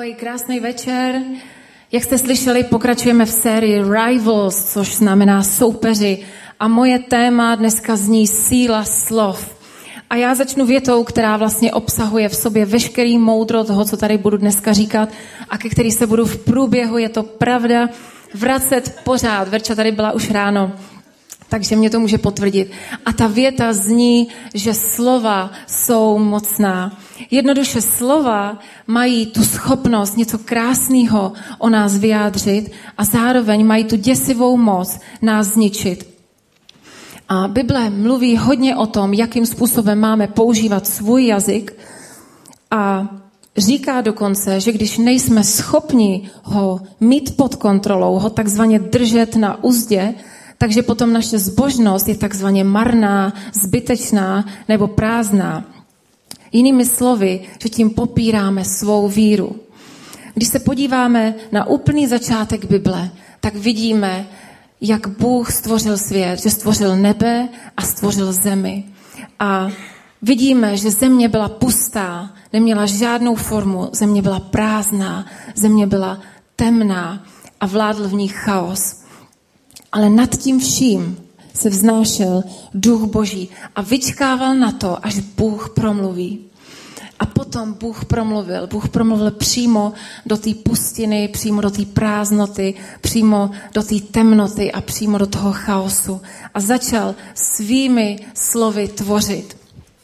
Ahoj, krásný večer. Jak jste slyšeli, pokračujeme v sérii Rivals, což znamená soupeři. A moje téma dneska zní síla slov. A já začnu větou, která vlastně obsahuje v sobě veškerý moudro toho, co tady budu dneska říkat a ke který se budu v průběhu, je to pravda, vracet pořád. Verča tady byla už ráno, takže mě to může potvrdit. A ta věta zní, že slova jsou mocná. Jednoduše slova mají tu schopnost něco krásného o nás vyjádřit a zároveň mají tu děsivou moc nás zničit. A Bible mluví hodně o tom, jakým způsobem máme používat svůj jazyk a říká dokonce, že když nejsme schopni ho mít pod kontrolou, ho takzvaně držet na uzdě, takže potom naše zbožnost je takzvaně marná, zbytečná nebo prázdná. Jinými slovy, že tím popíráme svou víru. Když se podíváme na úplný začátek Bible, tak vidíme, jak Bůh stvořil svět, že stvořil nebe a stvořil zemi. A vidíme, že země byla pustá, neměla žádnou formu, země byla prázdná, země byla temná a vládl v ní chaos. Ale nad tím vším se vznášel Duch Boží a vyčkával na to, až Bůh promluví. A potom Bůh promluvil přímo do té pustiny, přímo do té prázdnoty, přímo do té temnoty a přímo do toho chaosu. A začal svými slovy tvořit.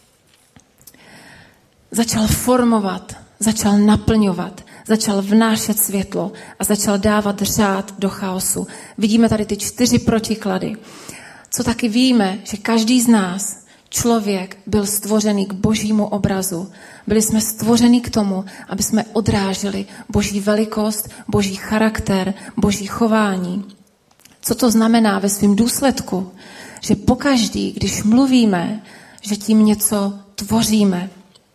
Začal formovat, začal naplňovat, začal vnášet světlo a začal dávat řád do chaosu. Vidíme tady ty 4 protiklady. Co taky víme, že každý z nás, člověk, byl stvořený k Božímu obrazu. Byli jsme stvořeni k tomu, aby jsme odráželi Boží velikost, Boží charakter, Boží chování. Co to znamená ve svém důsledku? Že pokaždý, když mluvíme, že tím něco tvoříme.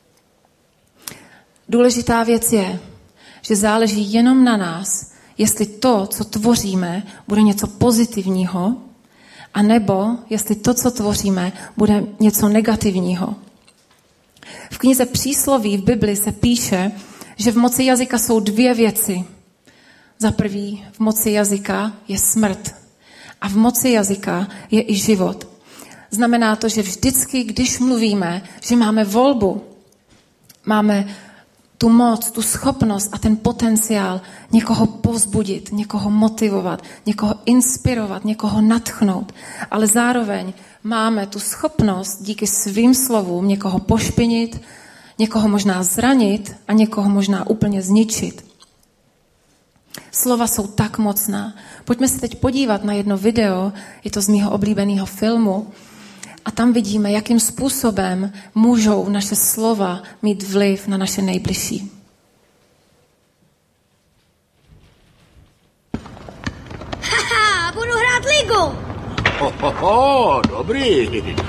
Důležitá věc je, že záleží jenom na nás, jestli to, co tvoříme, bude něco pozitivního, anebo jestli to, co tvoříme, bude něco negativního. V knize Přísloví v Bibli se píše, že v moci jazyka jsou 2 věci. Za prvý, v moci jazyka je smrt a v moci jazyka je i život. Znamená to, že vždycky, když mluvíme, že máme volbu, máme tu moc, tu schopnost a ten potenciál někoho povzbudit, někoho motivovat, někoho inspirovat, někoho nadchnout. Ale zároveň máme tu schopnost díky svým slovům někoho pošpinit, někoho možná zranit a někoho možná úplně zničit. Slova jsou tak mocná. Pojďme se teď podívat na jedno video, je to z mýho oblíbeného filmu, a tam vidíme, jakým způsobem můžou naše slova mít vliv na naše nejbližší. Haha, budu hrát ligu. Dobrý.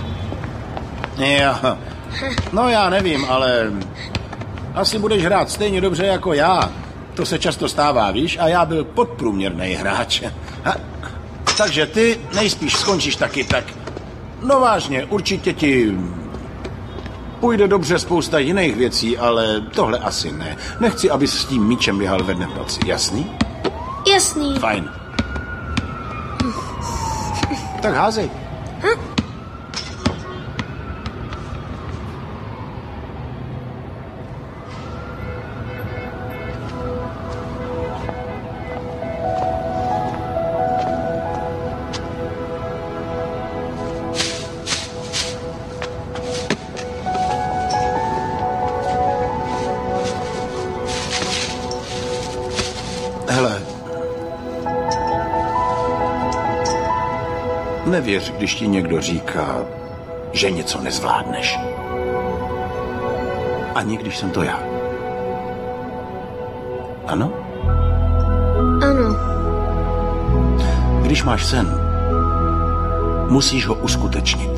No já nevím, ale asi budeš hrát stejně dobře jako já. To se často stává, víš, a já byl podprůměrný hráč. Takže ty nejspíš skončíš taky tak. No vážně, určitě ti půjde dobře spousta jiných věcí, ale tohle asi ne. Nechci, abys s tím míčem běhal ve dne v noci, jasný? Jasný. Fajn. Tak házej. Nevěř, když ti někdo říká, že něco nezvládneš. Ani když jsem to já. Ano? Ano. Když máš sen, musíš ho uskutečnit.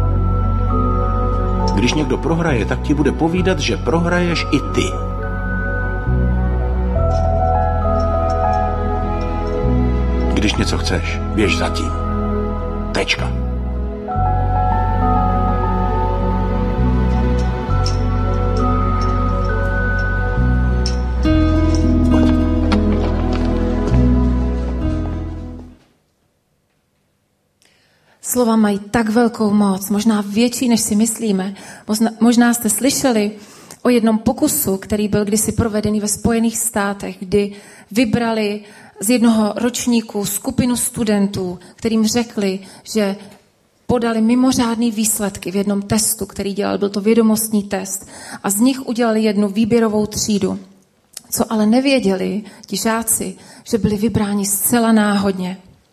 Když někdo prohraje, tak ti bude povídat, že prohraješ i ty. Když něco chceš, běž za tím. Tečka. Slova mají tak velkou moc, možná větší, než si myslíme. Možná jste slyšeli o jednom pokusu, který byl kdysi provedený ve Spojených státech, kdy vybrali z jednoho ročníku skupinu studentů, kterým řekli, že podali mimořádné výsledky v jednom testu, který dělal, byl to vědomostní test, a z nich udělali jednu výběrovou třídu. Co ale nevěděli ti žáci, že byli vybráni zcela náhodně.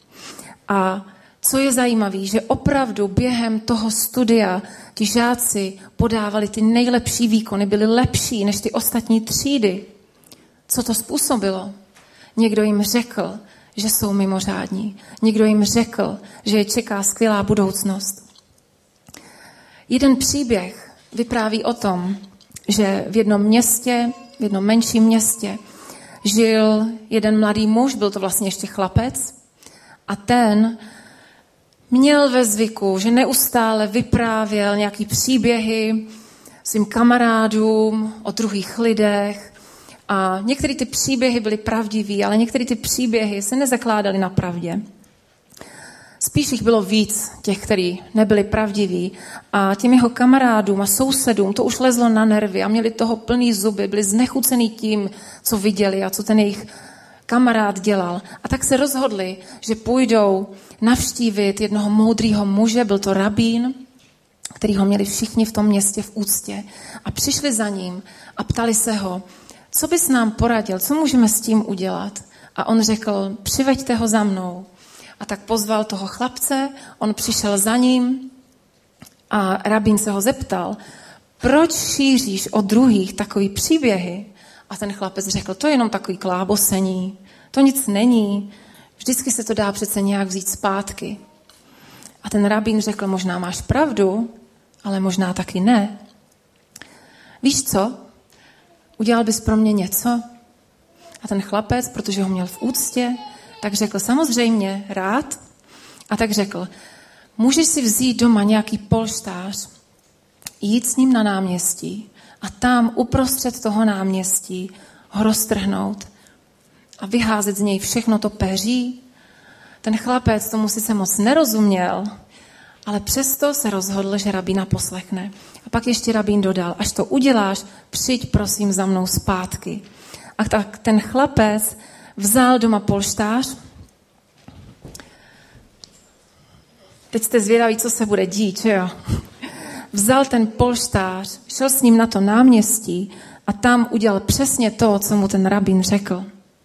A co je zajímavé, že opravdu během toho studia ti žáci podávali ty nejlepší výkony, byli lepší než ty ostatní třídy. Co to způsobilo? Někdo jim řekl, že jsou mimořádní. Někdo jim řekl, že je čeká skvělá budoucnost. Jeden příběh vypráví o tom, že v jednom městě, v jednom menším městě, žil jeden mladý muž, byl to vlastně ještě chlapec, a ten měl ve zvyku, že neustále vyprávěl nějaký příběhy svým kamarádům o druhých lidech. A některé ty příběhy byly pravdivé, ale některé ty příběhy se nezakládaly na pravdě. Spíš jich bylo víc, těch, který nebyli pravdiví. A těm jeho kamarádům a sousedům to už lezlo na nervy a měli toho plný zuby, byli znechucený tím, co viděli a co ten jejich kamarád dělal. A tak se rozhodli, že půjdou navštívit jednoho moudrýho muže, byl to rabín, který ho měli všichni v tom městě v úctě. A přišli za ním a ptali se ho, co bys nám poradil, co můžeme s tím udělat? A on řekl, přiveďte ho za mnou. A tak pozval toho chlapce, on přišel za ním a rabín se ho zeptal, proč šíříš o druhých takový příběhy? A ten chlapec řekl, to je jenom takový klábosení, to nic není, vždycky se to dá přece nějak vzít zpátky. A ten rabín řekl, možná máš pravdu, ale možná taky ne. Víš co? Udělal bys pro mě něco? A ten chlapec, protože ho měl v úctě, tak řekl, samozřejmě, rád. A tak řekl, můžeš si vzít doma nějaký polštář, jít s ním na náměstí a tam uprostřed toho náměstí ho roztrhnout a vyházet z něj všechno to peří. Ten chlapec tomu sice moc nerozuměl, ale přesto se rozhodl, že rabína poslechne. A pak ještě rabín dodal, až to uděláš, přijď prosím za mnou zpátky. A tak ten chlapec vzal doma polštář. Teď jste zvědaví, co se bude dít, že jo? Vzal ten polštář, šel s ním na to náměstí a tam udělal přesně to, co mu ten rabín řekl.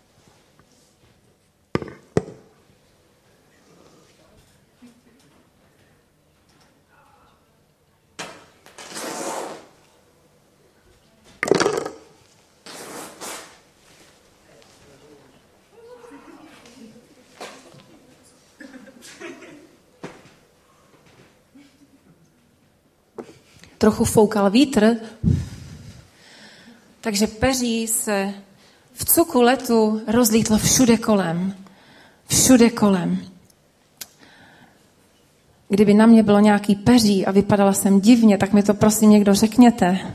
Trochu foukal vítr, takže peří se v cuku letu rozlítlo všude kolem. Všude kolem. Kdyby na mě bylo nějaký peří a vypadala jsem divně, tak mi to prosím někdo řekněte.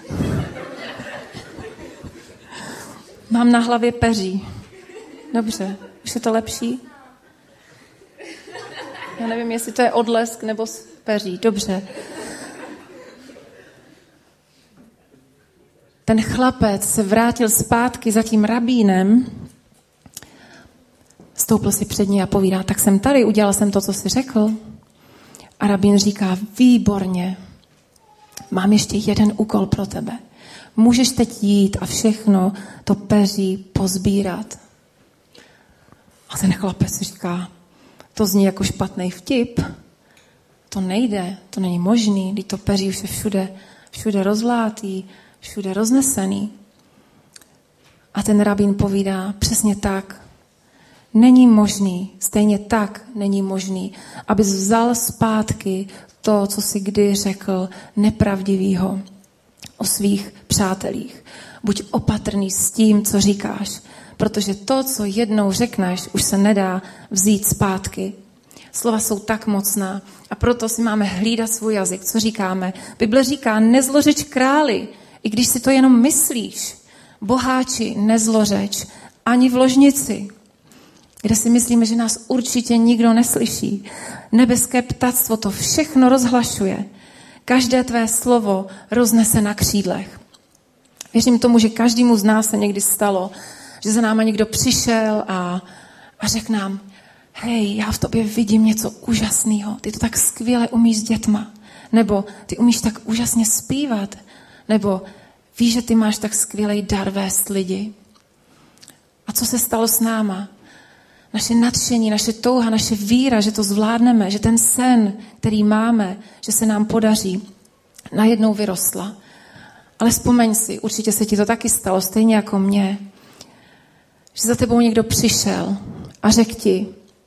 Mám na hlavě peří. Dobře, už je to lepší? Já nevím, jestli to je odlesk nebo peří. Dobře. Ten chlapec se vrátil zpátky za tím rabínem, stoupil si před ní a povídá, tak jsem tady, udělal jsem to, co jsi řekl. A rabín říká, výborně, mám ještě jeden úkol pro tebe. Můžeš teď jít a všechno to peří pozbírat. A ten chlapec říká, to zní jako špatný vtip, to nejde, to není možný, když to peří už je všude rozvlátý, všude roznesený. A ten rabín povídá, přesně tak, není možný, stejně tak není možný, abys vzal zpátky to, co si kdy řekl nepravdivýho o svých přátelích. Buď opatrný s tím, co říkáš, protože to, co jednou řekneš, už se nedá vzít zpátky. Slova jsou tak mocná a proto si máme hlídat svůj jazyk. Co říkáme? Bible říká, nezlořeč králi, i když si to jenom myslíš. Boháči, nezlořeč, ani v ložnici. kde si myslíme, že nás určitě nikdo neslyší. Nebeské ptactvo to všechno rozhlašuje. Každé tvé slovo roznese na křídlech. Věřím tomu, že každému z nás se někdy stalo, že za náma někdo přišel a řekl nám, hej, já v tobě vidím něco úžasného, ty to tak skvěle umíš s dětma, nebo ty umíš tak úžasně zpívat, nebo víš, že ty máš tak skvělej dar vést lidi. A co se stalo s náma? Naše nadšení, naše touha, naše víra, že to zvládneme, že ten sen, který máme, že se nám podaří, najednou vyrostla. Ale vzpomeň si, určitě se ti to taky stalo, stejně jako mně, že za tebou někdo přišel a řekl ti,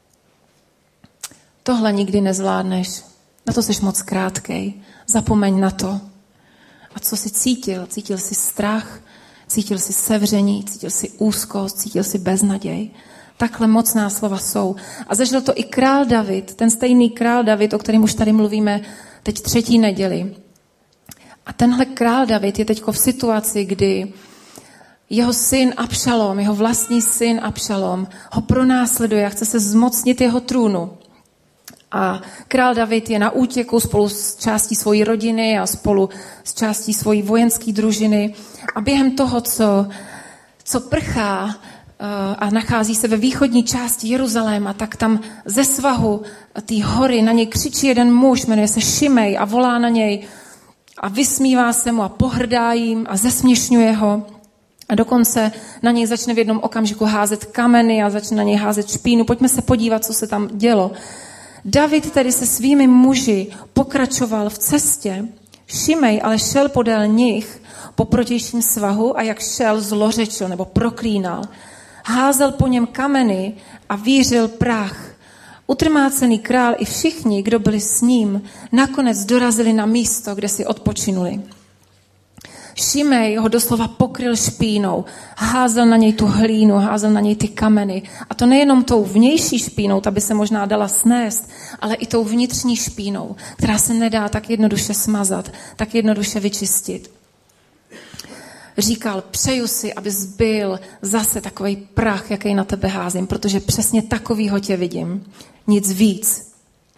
tohle nikdy nezvládneš, na to jsi moc krátkej, zapomeň na to. A co jsi cítil? Cítil jsi strach, cítil jsi sevření, cítil jsi úzkost, cítil jsi beznaděj. Takhle mocná slova jsou. A zažil to i král David, ten stejný král David, o kterém už tady mluvíme teď 3. neděli. A tenhle král David je teďko v situaci, kdy jeho syn Abšalom, jeho vlastní syn Abšalom ho pronásleduje a chce se zmocnit jeho trůnu. A král David je na útěku spolu s částí svojí rodiny a spolu s částí svojí vojenské družiny. A během toho, co prchá a nachází se ve východní části Jeruzaléma, tak tam ze svahu té hory na něj křičí jeden muž, jmenuje se Šimej a volá na něj a vysmívá se mu a pohrdá jim a zesměšňuje ho. A dokonce na něj začne v jednom okamžiku házet kameny a začne na něj házet špínu. Pojďme se podívat, co se tam dělo. David tedy se svými muži pokračoval v cestě. Šimej ale šel podél nich po protějším svahu a jak šel, zlořečil nebo proklínal. Házel po něm kameny a vířil prach. Utrmácený král i všichni, kdo byli s ním, nakonec dorazili na místo, kde si odpočinuli. Šimej ho doslova pokryl špínou, házel na něj tu hlínu, házel na něj ty kameny. A to nejenom tou vnější špínou, ta by se možná dala snést, ale i tou vnitřní špínou, která se nedá tak jednoduše smazat, tak jednoduše vyčistit. Říkal, přeju si, abys byl zase takovej prach, jaký na tebe házím, protože přesně takovýho tě vidím. Nic víc.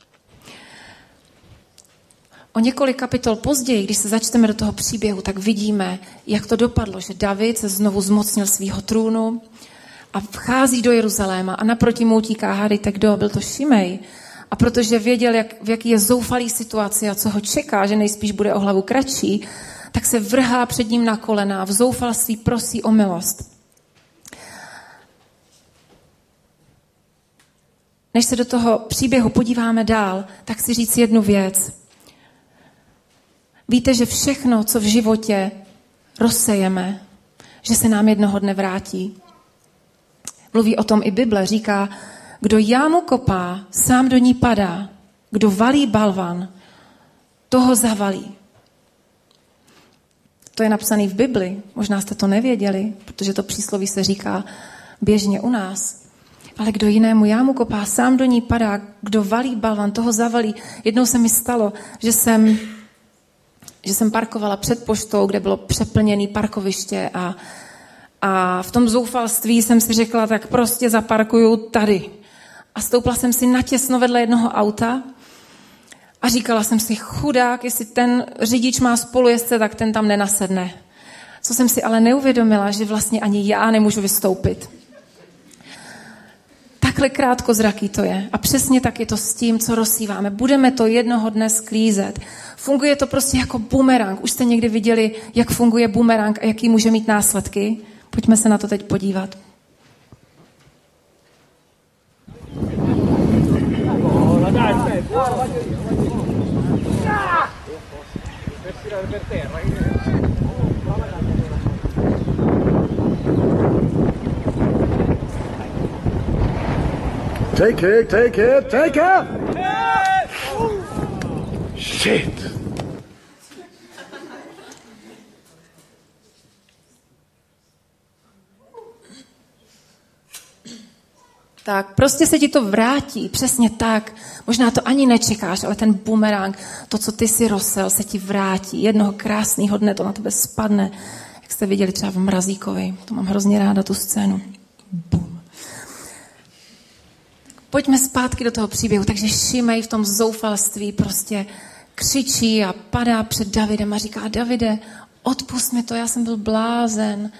O několik kapitol později, když se začteme do toho příběhu, tak vidíme, jak to dopadlo, že David se znovu zmocnil svýho trůnu a vchází do Jeruzaléma a naproti mu utíká, hádejte kdo, byl to Šimej. A protože věděl, v jaký je zoufalý situaci a co ho čeká, že nejspíš bude o hlavu kratší, tak se vrhá před ním na kolena a v zoufalství prosí o milost. Než se do toho příběhu podíváme dál, tak si říct jednu věc. Víte, že všechno, co v životě rozsejeme, že se nám jednoho dne vrátí. Mluví o tom i Bible, říká, kdo jámu kopá, sám do ní padá. Kdo valí balvan, toho zavalí. To je napsané v Bibli. Možná jste to nevěděli, protože to přísloví se říká běžně u nás. Ale kdo jinému jámu kopá, sám do ní padá. Kdo valí balvan, toho zavalí. Jednou se mi stalo, že jsem parkovala před poštou, kde bylo přeplněné parkoviště a v tom zoufalství jsem si řekla, tak prostě zaparkuju tady. A stoupla jsem si natěsno vedle jednoho auta a říkala jsem si, chudák, jestli ten řidič má spolujezdce, tak ten tam nenasedne. Co jsem si ale neuvědomila, že vlastně ani já nemůžu vystoupit. Takhle krátkozraký to je. A přesně tak je to s tím, co rozsíváme. Budeme to jednoho dne sklízet. Funguje to prostě jako bumerang. Už jste někdy viděli, jak funguje bumerang a jaký může mít následky? Pojďme se na to teď podívat. Take it! Shit! Tak, prostě se ti to vrátí, přesně tak. Možná to ani nečekáš, ale ten bumerang, to, co ty si rozsel, se ti vrátí. Jednoho krásného dne to na tebe spadne, jak jste viděli třeba v Mrazíkovi. To mám hrozně ráda, tu scénu. Bum. pojďme zpátky do toho příběhu. Takže Šimej v tom zoufalství prostě křičí a padá před Davidem a říká: Davide, odpusť mi to, já jsem byl blázen.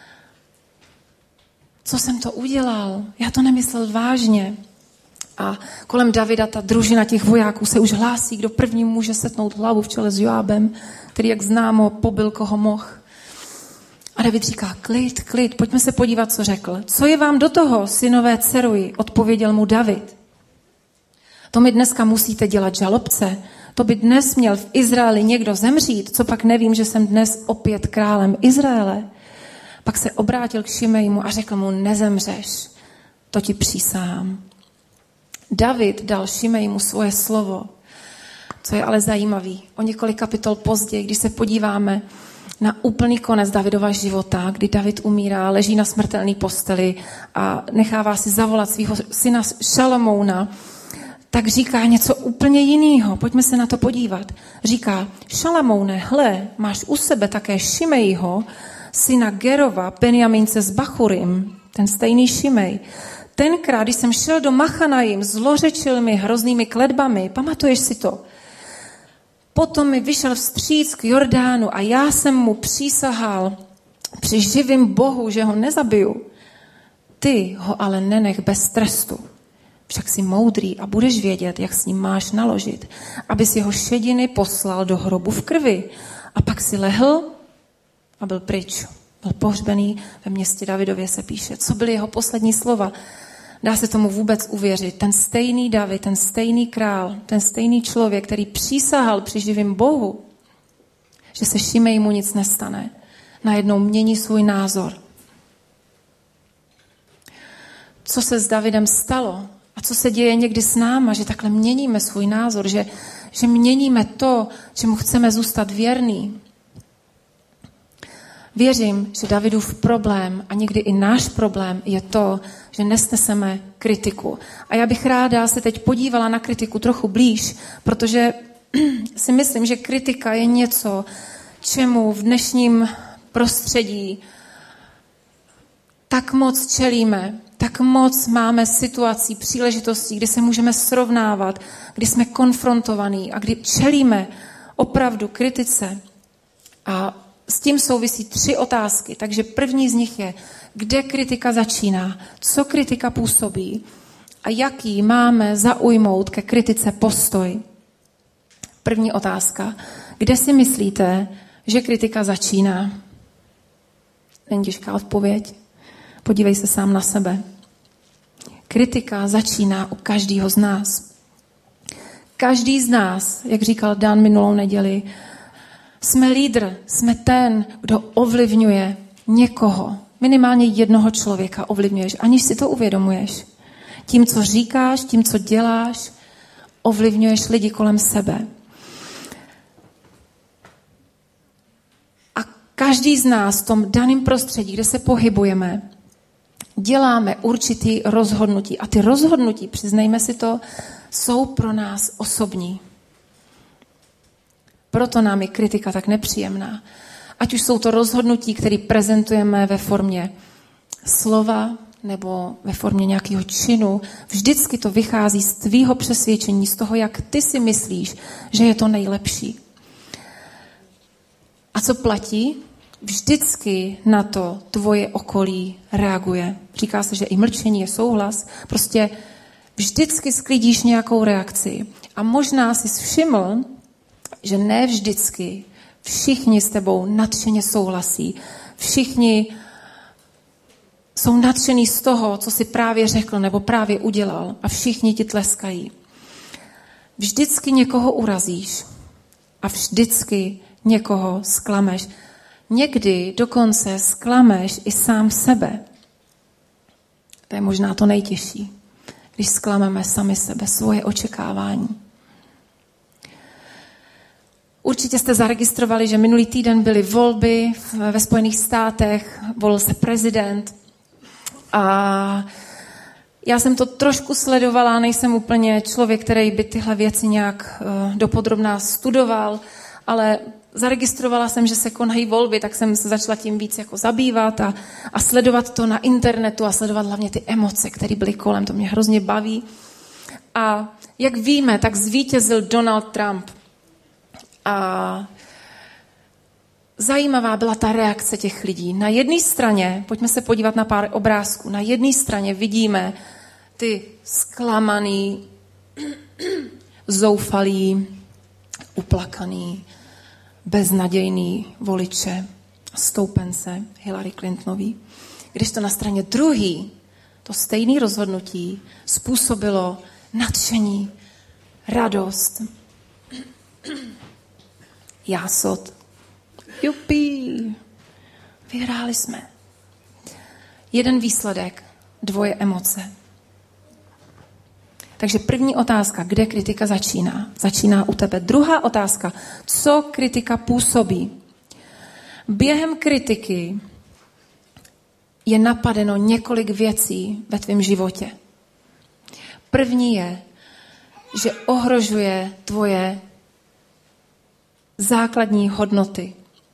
Co jsem to udělal? Já to nemyslel vážně. A kolem Davida ta družina těch vojáků se už hlásí, kdo první může setnout hlavu v čele s Joábem, který, jak známo, pobil koho mohl. A David říká: klid, pojďme se podívat, co řekl. Co je vám do toho, synové Ceruji? Odpověděl mu David. To mi dneska musíte dělat žalobce. To by dnes měl v Izraeli někdo zemřít, co pak nevím, že jsem dnes opět králem Izraele. Pak se obrátil k Šimejmu a řekl mu: nezemřeš, to ti přísahám. David dal Šimejmu svoje slovo, co je ale zajímavý. O několik kapitol později, když se podíváme na úplný konec Davidova života, kdy David umírá, leží na smrtelné posteli a nechává si zavolat svého syna Šalomouna, tak říká něco úplně jiného. Pojďme se na to podívat. Říká: Šalamoune, hle, máš u sebe také Šimejho, syna Gerova, Benjamínce z Bachurim, ten stejný Šimej. Tenkrát, když jsem šel do Machanajim, zlořečil mi hroznými kletbami. Pamatuješ si to? Potom mi vyšel vstříc k Jordánu a já jsem mu přísahal při živým Bohu, že ho nezabiju. Ty ho ale nenech bez trestu. Však jsi moudrý a budeš vědět, jak s ním máš naložit, abys jeho šediny poslal do hrobu v krvi. A pak si lehl a byl pryč. Byl pohřbený ve městě Davidově, se píše. Co byly jeho poslední slova? Dá se tomu vůbec uvěřit. Ten stejný David, ten stejný král, ten stejný člověk, který přísahal při živým Bohu, že se Šimejmu nic nestane, najednou mění svůj názor. Co se s Davidem stalo a co se děje někdy s náma, že takhle měníme svůj názor, že měníme to, čemu chceme zůstat věrný. Věřím, že Davidův problém a někdy i náš problém je to, že nesneseme kritiku. A já bych ráda se teď podívala na kritiku trochu blíž, protože si myslím, že kritika je něco, čemu v dnešním prostředí tak moc čelíme, tak moc máme situací, příležitostí, kdy se můžeme srovnávat, kdy jsme konfrontovaní a kdy čelíme opravdu kritice. A s tím souvisí 3 otázky. Takže první z nich je, kde kritika začíná, co kritika působí a jaký máme zaujmout ke kritice postoj. První otázka. Kde si myslíte, že kritika začíná? Není těžká odpověď. Podívej se sám na sebe. Kritika začíná u každého z nás. Každý z nás, jak říkal Dan minulou neděli, jsme lídr, jsme ten, kdo ovlivňuje někoho. Minimálně jednoho člověka ovlivňuješ, aniž si to uvědomuješ. Tím, co říkáš, tím, co děláš, ovlivňuješ lidi kolem sebe. A každý z nás v tom daném prostředí, kde se pohybujeme, děláme určitý rozhodnutí. A ty rozhodnutí, přiznejme si to, jsou pro nás osobní. Proto nám je kritika tak nepříjemná. Ať už jsou to rozhodnutí, které prezentujeme ve formě slova nebo ve formě nějakého činu, vždycky to vychází z tvýho přesvědčení, z toho, jak ty si myslíš, že je to nejlepší. A co platí? Vždycky na to tvoje okolí reaguje. Říká se, že i mlčení je souhlas. Prostě vždycky sklidíš nějakou reakci. A možná jsi všiml, že ne vždycky všichni s tebou nadšeně souhlasí. Všichni jsou nadšení z toho, co jsi právě řekl nebo právě udělal a všichni ti tleskají. Vždycky někoho urazíš a vždycky někoho zklameš. Někdy dokonce zklameš i sám sebe. To je možná to nejtěžší, když zklameme sami sebe, svoje očekávání. Určitě jste zaregistrovali, že minulý týden byly volby ve Spojených státech, volil se prezident a já jsem to trošku sledovala, nejsem úplně člověk, který by tyhle věci nějak dopodrobná studoval, ale zaregistrovala jsem, že se konají volby, tak jsem se začala tím víc jako zabývat a sledovat to na internetu a sledovat hlavně ty emoce, které byly kolem, to mě hrozně baví. A jak víme, tak zvítězil Donald Trump. A zajímavá byla ta reakce těch lidí. Na jedné straně, pojďme se podívat na pár obrázků, na jedné straně vidíme ty zklamaný, zoufalý, uplakaný, beznadějný voliče, stoupence Hillary Clintonový. Když to na straně druhý, to stejné rozhodnutí způsobilo nadšení, radost, jásot. Jupi, vyhráli jsme. Jeden výsledek, dvoje emoce. Takže první otázka, kde kritika začíná? Začíná u tebe. Druhá otázka, co kritika působí? Během kritiky je napadeno několik věcí ve tvém životě. První je, že ohrožuje tvoje základní hodnoty.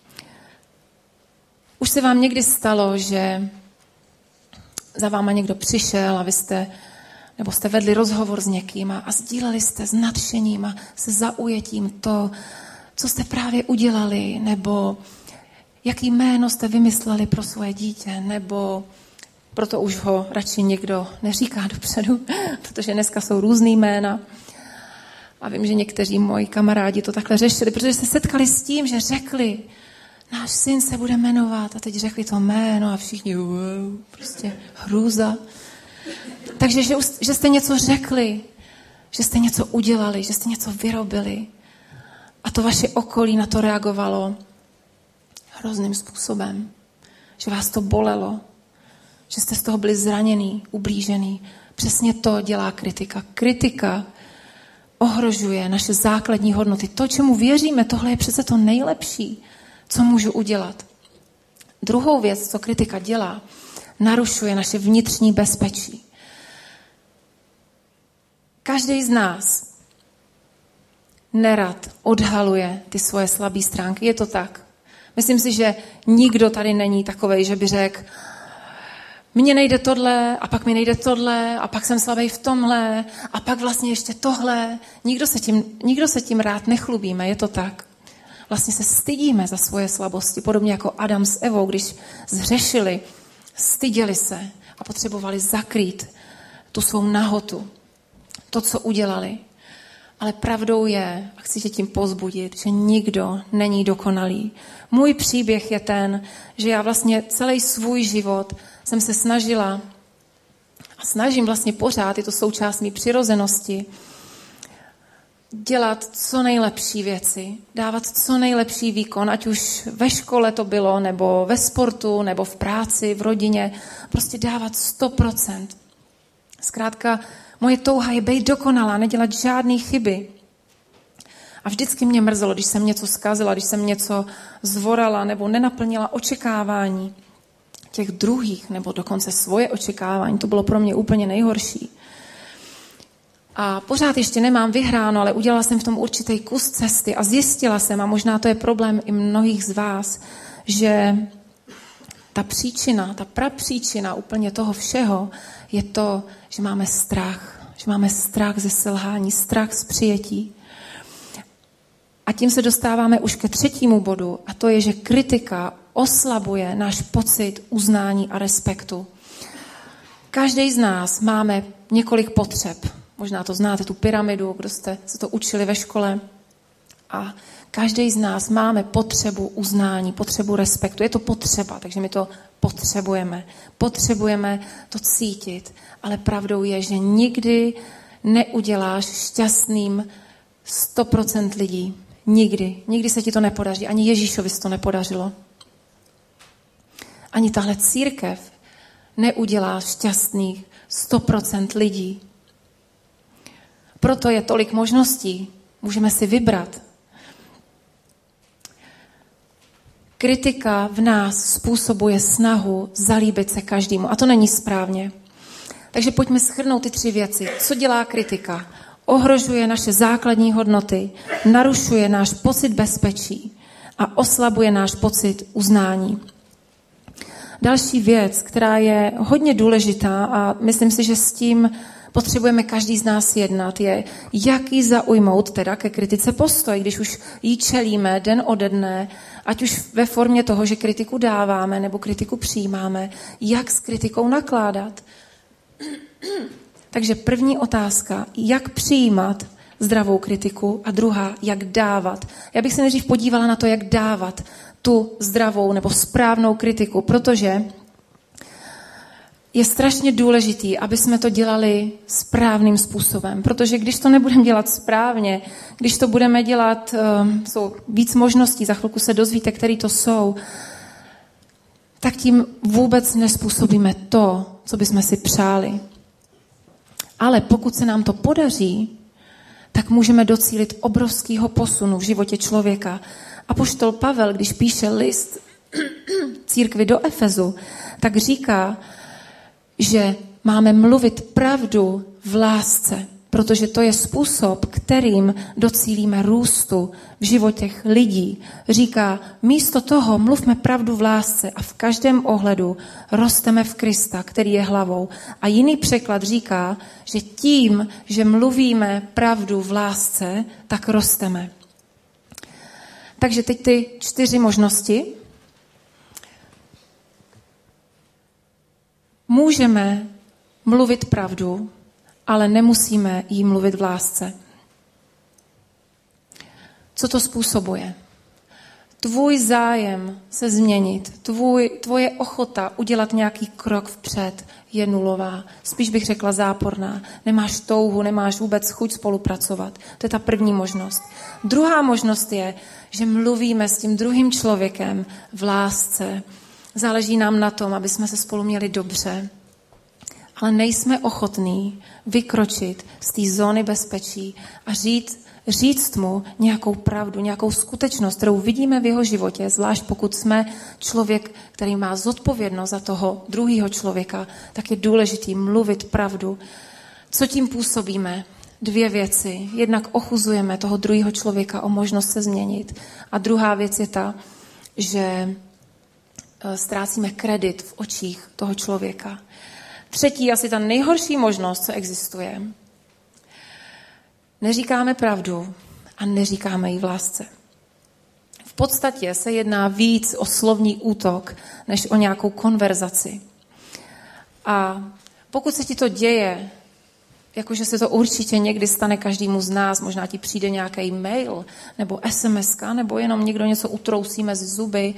Už se vám někdy stalo, že za váma někdo přišel a vy jste vedli rozhovor s někým a sdíleli jste s nadšením a se zaujetím to, co jste právě udělali, nebo jaký jméno jste vymysleli pro svoje dítě, nebo proto už ho radši někdo neříká dopředu, protože dneska jsou různý jména. A vím, že někteří moji kamarádi to takhle řešili, protože se setkali s tím, že řekli, náš syn se bude jmenovat a teď řekli to jméno a všichni, wow, prostě hrůza. Takže, že jste něco řekli, že jste něco udělali, že jste něco vyrobili a to vaše okolí na to reagovalo hrozným způsobem, že vás to bolelo, že jste z toho byli zraněný, ublížený. Přesně to dělá kritika. Kritika ohrožuje naše základní hodnoty. To, čemu věříme, tohle je přece to nejlepší, co můžu udělat. Druhou věc, co kritika dělá, narušuje naše vnitřní bezpečí. Každý z nás nerad odhaluje ty svoje slabé stránky. Je to tak. Myslím si, že nikdo tady není takovej, že by řekl, mně nejde tohle, a pak mi nejde tohle, a pak jsem slabý v tomhle, a pak vlastně ještě tohle. Nikdo se tím rád nechlubíme, je to tak. Vlastně se stydíme za svoje slabosti, podobně jako Adam s Evou, když zhřešili, styděli se a potřebovali zakrýt tu svou nahotu, to, co udělali. Ale pravdou je, a chci tě tím povzbudit, že nikdo není dokonalý. Můj příběh je ten, že já vlastně celý svůj život jsem se snažila a snažím vlastně pořád, je to součást mý přirozenosti, dělat co nejlepší věci, dávat co nejlepší výkon, ať už ve škole to bylo, nebo ve sportu, nebo v práci, v rodině, prostě dávat 100%. Zkrátka, moje touha je být dokonalá, nedělat žádný chyby. A vždycky mě mrzelo, když jsem něco zkazila, když jsem něco zvorala nebo nenaplnila očekávání těch druhých, nebo dokonce svoje očekávání. To bylo pro mě úplně nejhorší. A pořád ještě nemám vyhráno, ale udělala jsem v tom určitý kus cesty a zjistila jsem, a možná to je problém i mnohých z vás, že ta příčina, ta prapříčina úplně toho všeho je to, že máme strach ze selhání, strach z přijetí. A tím se dostáváme už ke třetímu bodu, a to je, že kritika oslabuje náš pocit uznání a respektu. Každý z nás máme několik potřeb. Možná to znáte, tu pyramidu, kdo jste se to učili ve škole. A každý z nás máme potřebu uznání, potřebu respektu. Je to potřeba, takže my to potřebujeme. Potřebujeme to cítit, ale pravdou je, že nikdy neuděláš šťastným 100% lidí. Nikdy. Nikdy se ti to nepodaří. Ani Ježíšovi se to nepodařilo. Ani tahle církev neudělá šťastných 100% lidí. Proto je tolik možností. Můžeme si vybrat. Kritika v nás způsobuje snahu zalíbit se každému. A to není správně. Takže pojďme shrnout ty 3 věci. Co dělá kritika? Ohrožuje naše základní hodnoty, narušuje náš pocit bezpečí a oslabuje náš pocit uznání. Další věc, která je hodně důležitá a myslím si, že s tím potřebujeme každý z nás jednat, je, jaký zaujmout teda ke kritice postoj, když už jí čelíme den ode dne, ať už ve formě toho, že kritiku dáváme nebo kritiku přijímáme, jak s kritikou nakládat. Takže první otázka, jak přijímat zdravou kritiku a druhá, jak dávat. Já bych se nejdřív podívala na to, jak dávat tu zdravou nebo správnou kritiku, protože je strašně důležitý, aby jsme to dělali správným způsobem, protože když to nebudeme dělat správně, když to budeme dělat, jsou víc možností, za chvilku se dozvíte, který to jsou, tak tím vůbec nespůsobíme to, co bychom si přáli. Ale pokud se nám to podaří, tak můžeme docílit obrovského posunu v životě člověka. Apoštol Pavel, když píše list církvi do Efezu, tak říká, že máme mluvit pravdu v lásce, protože to je způsob, kterým docílíme růstu v životech lidí. Říká, místo toho mluvme pravdu v lásce a v každém ohledu rosteme v Krista, který je hlavou. A jiný překlad říká, že tím, že mluvíme pravdu v lásce, tak rosteme. Takže teď ty 4 možnosti. Můžeme mluvit pravdu, ale nemusíme jí mluvit v lásce. Co to způsobuje? Tvůj zájem se změnit, tvoje ochota udělat nějaký krok vpřed je nulová. Spíš bych řekla záporná. Nemáš touhu, nemáš vůbec chuť spolupracovat. To je ta první možnost. Druhá možnost je, že mluvíme s tím druhým člověkem v lásce. Záleží nám na tom, aby jsme se spolu měli dobře. Ale nejsme ochotní vykročit z té zóny bezpečí a říct mu nějakou pravdu, nějakou skutečnost, kterou vidíme v jeho životě, zvlášť pokud jsme člověk, který má zodpovědnost za toho druhého člověka, tak je důležitý mluvit pravdu. Co tím působíme? 2 věci. Jednak ochuzujeme toho druhého člověka o možnost se změnit. A druhá věc je ta, že ztrácíme kredit v očích toho člověka. Třetí, asi ta nejhorší možnost, co existuje. Neříkáme pravdu a neříkáme ji v lásce. V podstatě se jedná víc o slovní útok, než o nějakou konverzaci. A pokud se ti to děje, jakože se to určitě někdy stane každému z nás, možná ti přijde nějaký mail, nebo SMS-ka, nebo jenom někdo něco utrousí mezi zuby,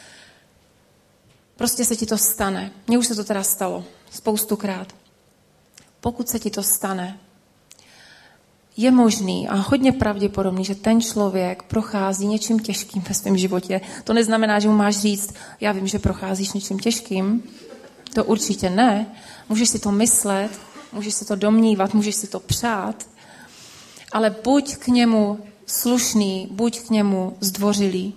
prostě se ti to stane. Mně už se to teda stalo spoustukrát. Pokud se ti to stane, je možný a hodně pravděpodobný, že ten člověk prochází něčím těžkým ve svém životě. To neznamená, že mu máš říct, já vím, že procházíš něčím těžkým. To určitě ne. Můžeš si to myslet, můžeš si to domnívat, můžeš si to přát, ale buď k němu slušný, buď k němu zdvořilý.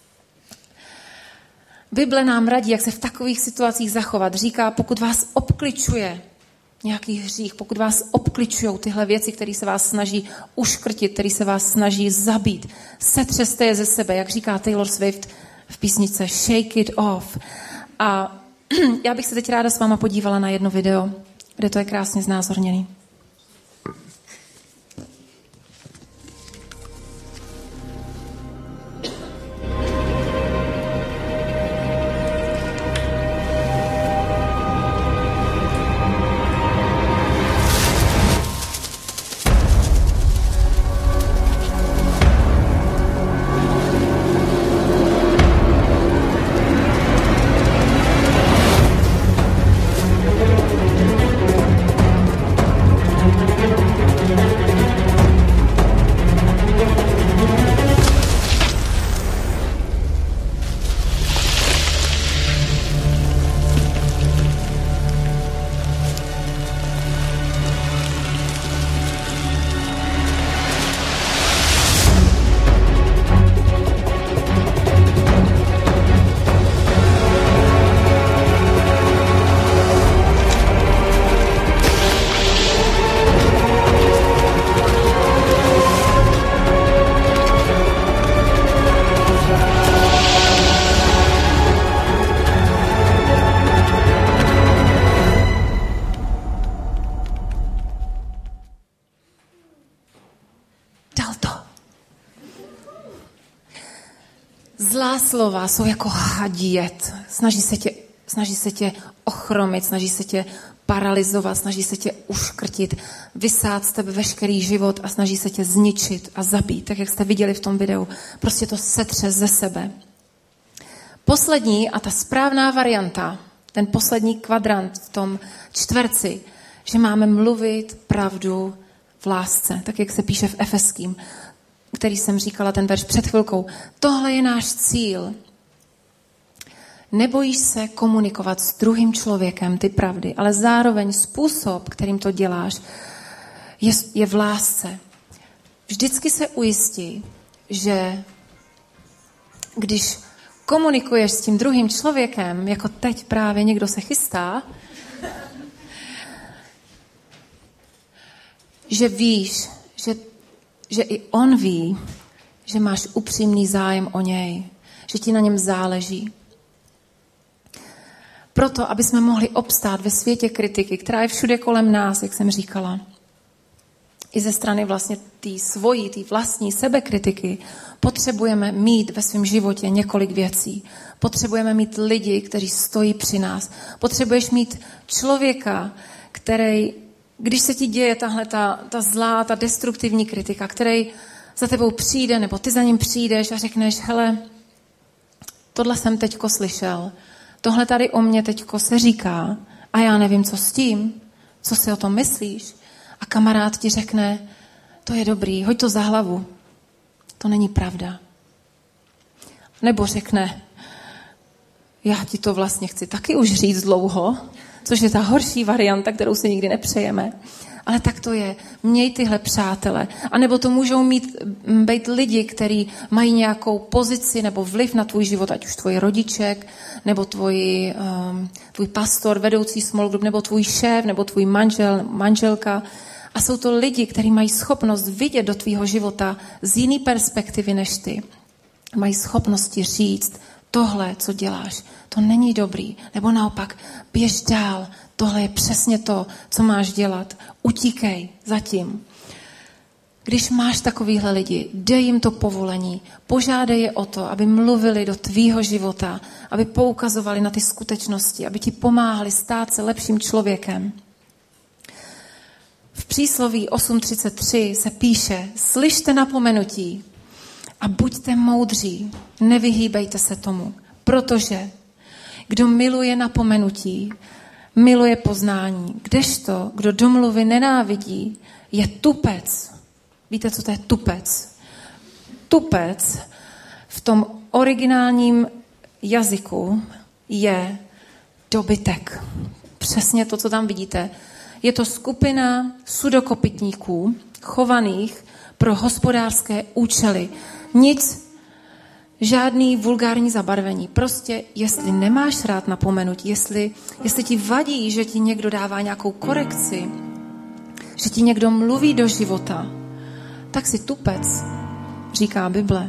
Bible nám radí, jak se v takových situacích zachovat. Říká, pokud vás obkličuje nějaký hřích, pokud vás obkličují tyhle věci, které se vás snaží uškrtit, které se vás snaží zabít, setřeste je ze sebe, jak říká Taylor Swift v písničce Shake It Off. A já bych se teď ráda s váma podívala na jedno video, kde to je krásně znázorněný. Zlá slova jsou jako hadí jed. Snaží se tě ochromit, snaží se tě paralyzovat, snaží se tě uškrtit, vysát z tebe veškerý život a snaží se tě zničit a zabít, tak jak jste viděli v tom videu. Prostě to setře ze sebe. Poslední a ta správná varianta, ten poslední kvadrant v tom čtverci, že máme mluvit pravdu v lásce, tak jak se píše v Efeským, který jsem říkala ten verš před chvilkou. Tohle je náš cíl. Nebojíš se komunikovat s druhým člověkem ty pravdy, ale zároveň způsob, kterým to děláš, je v lásce. Vždycky se ujistí, že když komunikuješ s tím druhým člověkem, jako teď právě někdo se chystá, že víš, že i on ví, že máš upřímný zájem o něj, že ti na něm záleží. Proto, aby jsme mohli obstát ve světě kritiky, která je všude kolem nás, jak jsem říkala, i ze strany vlastně té vlastní sebekritiky, potřebujeme mít ve svém životě několik věcí. Potřebujeme mít lidi, kteří stojí při nás. Potřebuješ mít člověka, který, když se ti děje tahle ta zlá, ta destruktivní kritika, který za tebou přijde, nebo ty za ním přijdeš a řekneš, hele, tohle jsem teďko slyšel, tohle tady o mě teďko se říká a já nevím, co s tím, co si o tom myslíš. A kamarád ti řekne, to je dobrý, hoď to za hlavu. To není pravda. Nebo řekne, já ti to vlastně chci taky už říct dlouho, což je ta horší varianta, kterou si nikdy nepřejeme. Ale tak to je. Měj tyhle přátele. A nebo to můžou být lidi, kteří mají nějakou pozici nebo vliv na tvůj život, ať už tvůj rodiček, nebo tvůj pastor, vedoucí small group, nebo tvůj šéf, nebo tvůj manželka. A jsou to lidi, kteří mají schopnost vidět do tvýho života z jiný perspektivy než ty. Mají schopnosti říct, tohle, co děláš, to není dobrý. Nebo naopak, běž dál, tohle je přesně to, co máš dělat. Utíkej zatím. Když máš takovýhle lidi, dej jim to povolení, požádej je o to, aby mluvili do tvýho života, aby poukazovali na ty skutečnosti, aby ti pomáhali stát se lepším člověkem. V přísloví 8.33 se píše, slyšte napomenutí a buďte moudří, nevyhýbejte se tomu, protože kdo miluje napomenutí, miluje poznání, kdežto, kdo domluvy nenávidí, je tupec. Víte, co to je tupec? Tupec v tom originálním jazyku je dobytek. Přesně to, co tam vidíte. Je to skupina sudokopytníků, chovaných pro hospodářské účely. Nic, žádný vulgární zabarvení. Prostě, jestli nemáš rád napomenutí, jestli ti vadí, že ti někdo dává nějakou korekci, že ti někdo mluví do života, tak si tupec, říká Bible.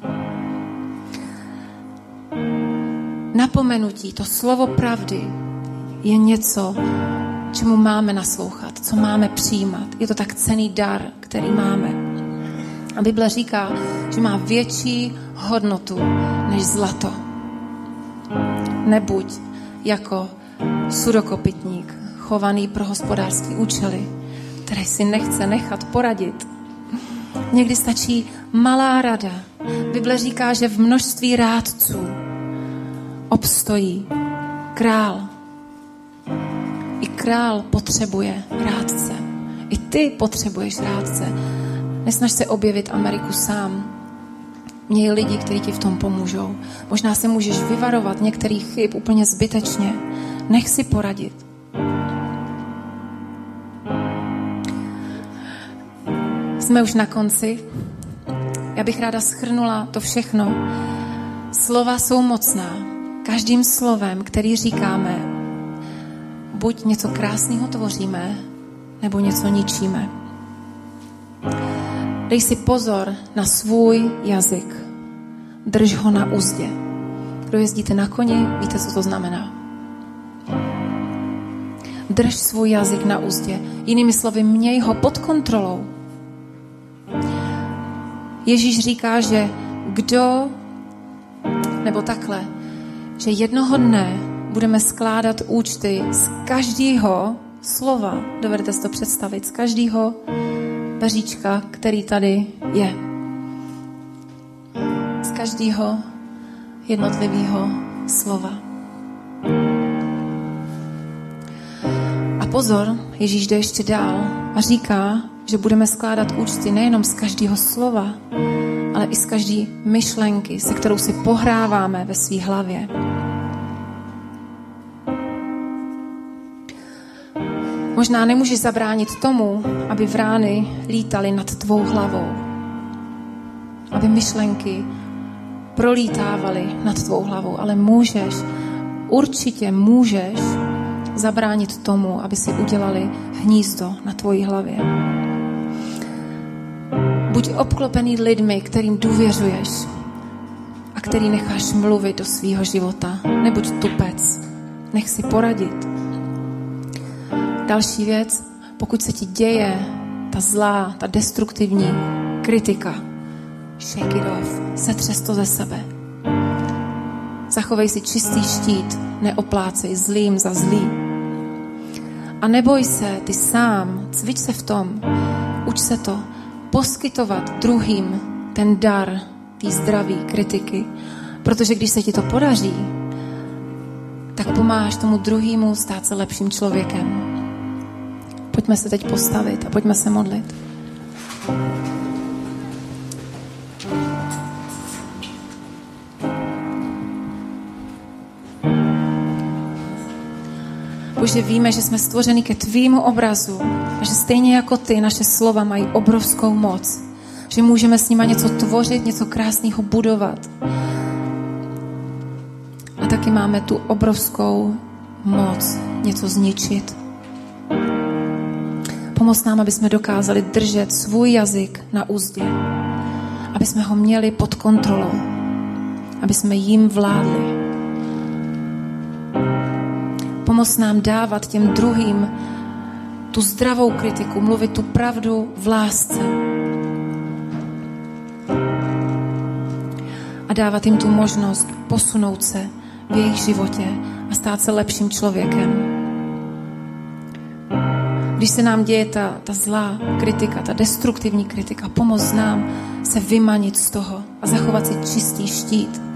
Napomenutí, to slovo pravdy, je něco, čemu máme naslouchat, co máme přijímat. Je to tak cenný dar, který máme. A Bible říká, že má větší hodnotu než zlato. Nebuď jako sudokopytník, chovaný pro hospodářské účely, který si nechce nechat poradit. Někdy stačí malá rada. Bible říká, že v množství rádců obstojí král. I král potřebuje rádce. I ty potřebuješ rádce. Nesnaž se objevit Ameriku sám. Měj lidi, kteří ti v tom pomůžou. Možná se můžeš vyvarovat některých chyb úplně zbytečně. Nech si poradit. Jsme už na konci. Já bych ráda shrnula to všechno. Slova jsou mocná. Každým slovem, který říkáme, buď něco krásného tvoříme, nebo něco ničíme. Dej si pozor na svůj jazyk. Drž ho na uzdě. Kdo jezdíte na koni, víte, co to znamená. Drž svůj jazyk na uzdě. Jinými slovy, měj ho pod kontrolou. Ježíš říká, že kdo nebo takhle, že jednoho dne budeme skládat účty z každého slova, dovedete si to představit, z každého peříčka, který tady je. Z každého jednotlivého slova. A pozor, Ježíš jde ještě dál a říká, že budeme skládat účty nejenom z každého slova, ale i z každé myšlenky, se kterou si pohráváme ve své hlavě. Možná nemůžeš zabránit tomu, aby vrány lítaly nad tvou hlavou. Aby myšlenky prolítávaly nad tvou hlavou, ale určitě můžeš zabránit tomu, aby si udělali hnízdo na tvojí hlavě. Buď obklopený lidmi, kterým důvěřuješ a který necháš mluvit do svýho života. Nebuď tupec, nech si poradit. Další věc, pokud se ti děje ta zlá, ta destruktivní kritika, shake it off, setřes to ze sebe. Zachovej si čistý štít, neoplácej zlým za zlý. A neboj se, ty sám, cvič se v tom, uč se to, poskytovat druhým ten dar, té zdraví kritiky. Protože když se ti to podaří, tak pomáháš tomu druhému stát se lepším člověkem. Pojďme se teď postavit a pojďme se modlit. Bože, víme, že jsme stvořeni ke tvýmu obrazu a že stejně jako ty, naše slova mají obrovskou moc. Že můžeme s nima něco tvořit, něco krásného budovat. A taky máme tu obrovskou moc něco zničit. Pomoz nám, aby jsme dokázali držet svůj jazyk na uzdě. Aby jsme ho měli pod kontrolou. Aby jsme jim vládli. Pomoz nám dávat těm druhým tu zdravou kritiku, mluvit tu pravdu v lásce. A dávat jim tu možnost posunout se v jejich životě a stát se lepším člověkem. Když se nám děje ta zlá kritika, ta destruktivní kritika, pomoz nám se vymanit z toho a zachovat si čistý štít.